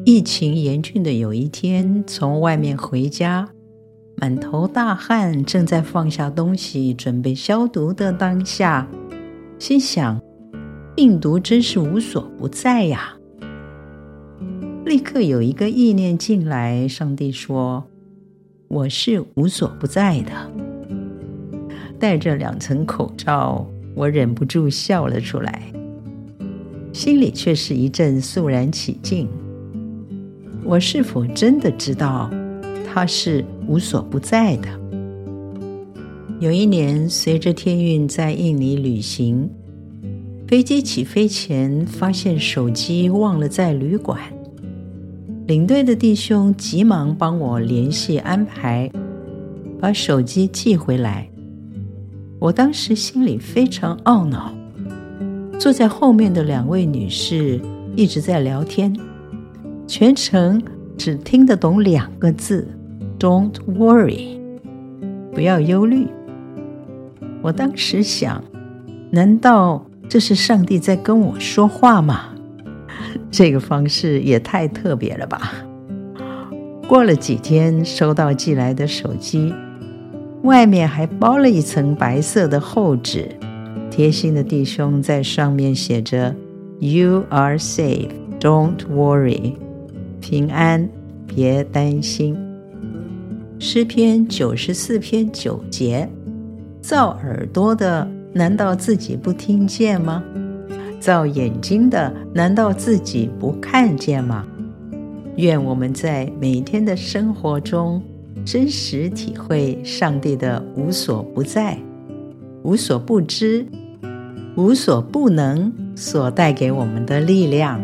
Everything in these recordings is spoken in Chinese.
疫情严峻的有一天，从外面回家，满头大汗，正在放下东西准备消毒的当下，心想病毒真是无所不在呀。立刻有一个意念进来，上帝说，我是无所不在的。戴着2层口罩，我忍不住笑了出来，心里却是一阵肃然起敬。我是否真的知道他是无所不在的？有一年，随着天运在印尼旅行，飞机起飞前发现手机忘了在旅馆，领队的弟兄急忙帮我联系安排，把手机寄回来。我当时心里非常懊恼，坐在后面的2位女士一直在聊天，全程只听得懂2个字 Don't worry， 不要忧虑。我当时想，难道这是上帝在跟我说话吗？这个方式也太特别了吧。过了几天，收到寄来的手机，外面还包了一层白色的厚纸，贴心的弟兄在上面写着 You are safe, don't worry， 平安，别担心。诗篇94篇9节，造耳朵的难道自己不听见吗？造眼睛的难道自己不看见吗？愿我们在每天的生活中真实体会上帝的无所不在、无所不知、无所不能所带给我们的力量。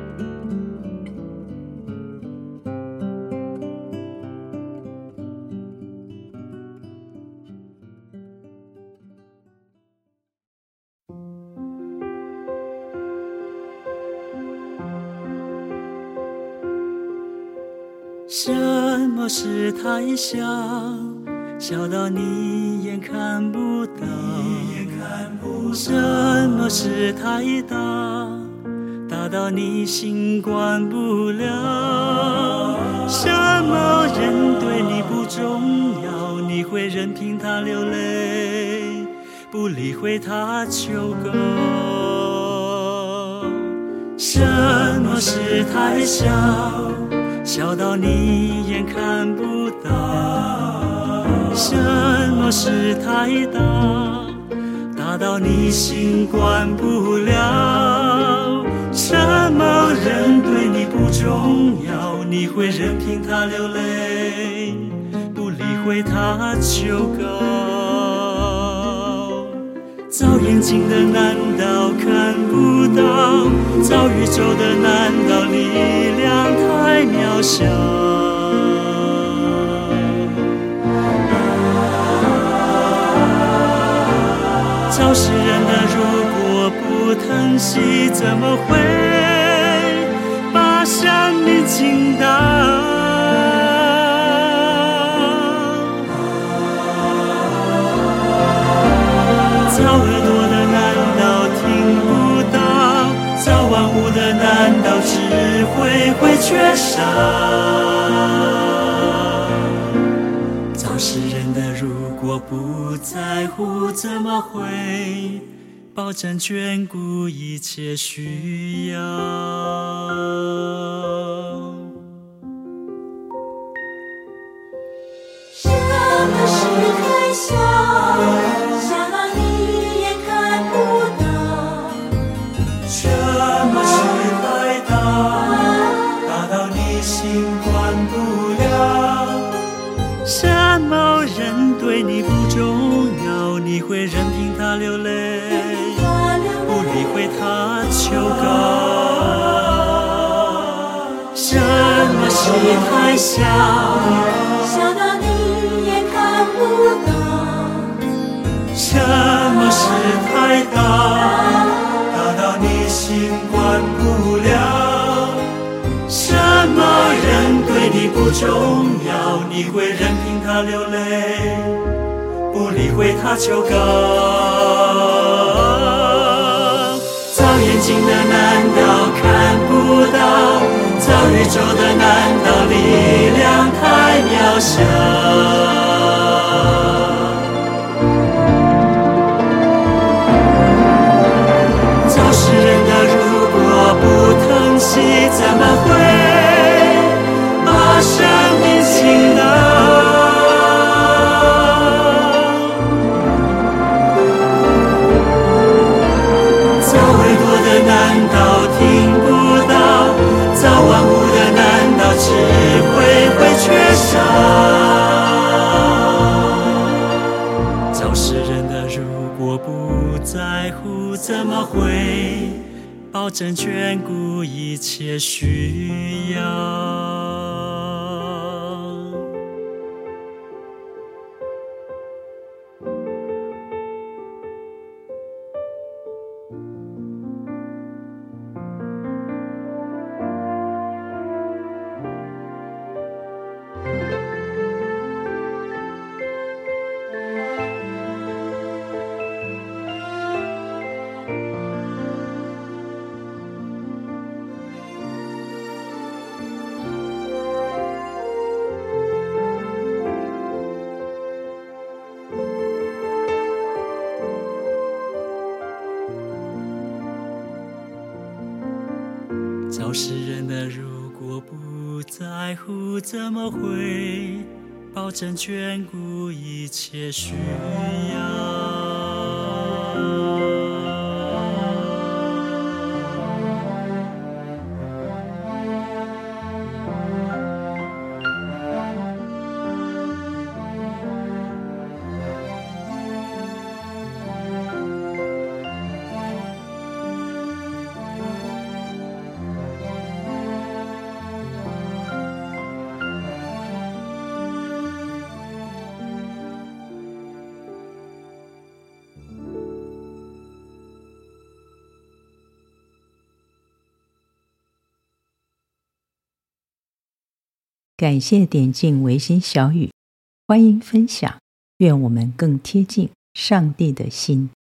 什么事太小，小到你眼看不到；什么事太大，大到你心管不了。什么人对你不重要，你会任凭他流泪，不理会他求告。什么事太小，小到你眼看不到；什么事太大，大到你心管不了。什么人对你不重要，你会任凭他流泪，不理会他求告。造眼睛的难道看不到？造宇宙的难道力量太渺小？造世人的如果不疼惜，怎么会把生命倾倒？造耳朵的难道听不到？造万物的难道智慧会缺少？造世人的如果不在乎，怎么会保证眷顾一切需要？ 什么事太小，小到你也看不到； 什么事太大，大到你心管不了。什么人对你不重要，你会任凭他流泪，不理会他求告。什么事太小， 小到你也看不到； 什么事太大，大到你心管不了。什么人对你不重要，你会任凭他流泪，不理会他求告。造眼睛的难道看不到？造宇宙的保证眷顾一切需要。造世人的如果不在乎，怎么会保证眷顾一切需要？ 感谢点进微心小语，欢迎分享，愿我们更贴近上帝的心。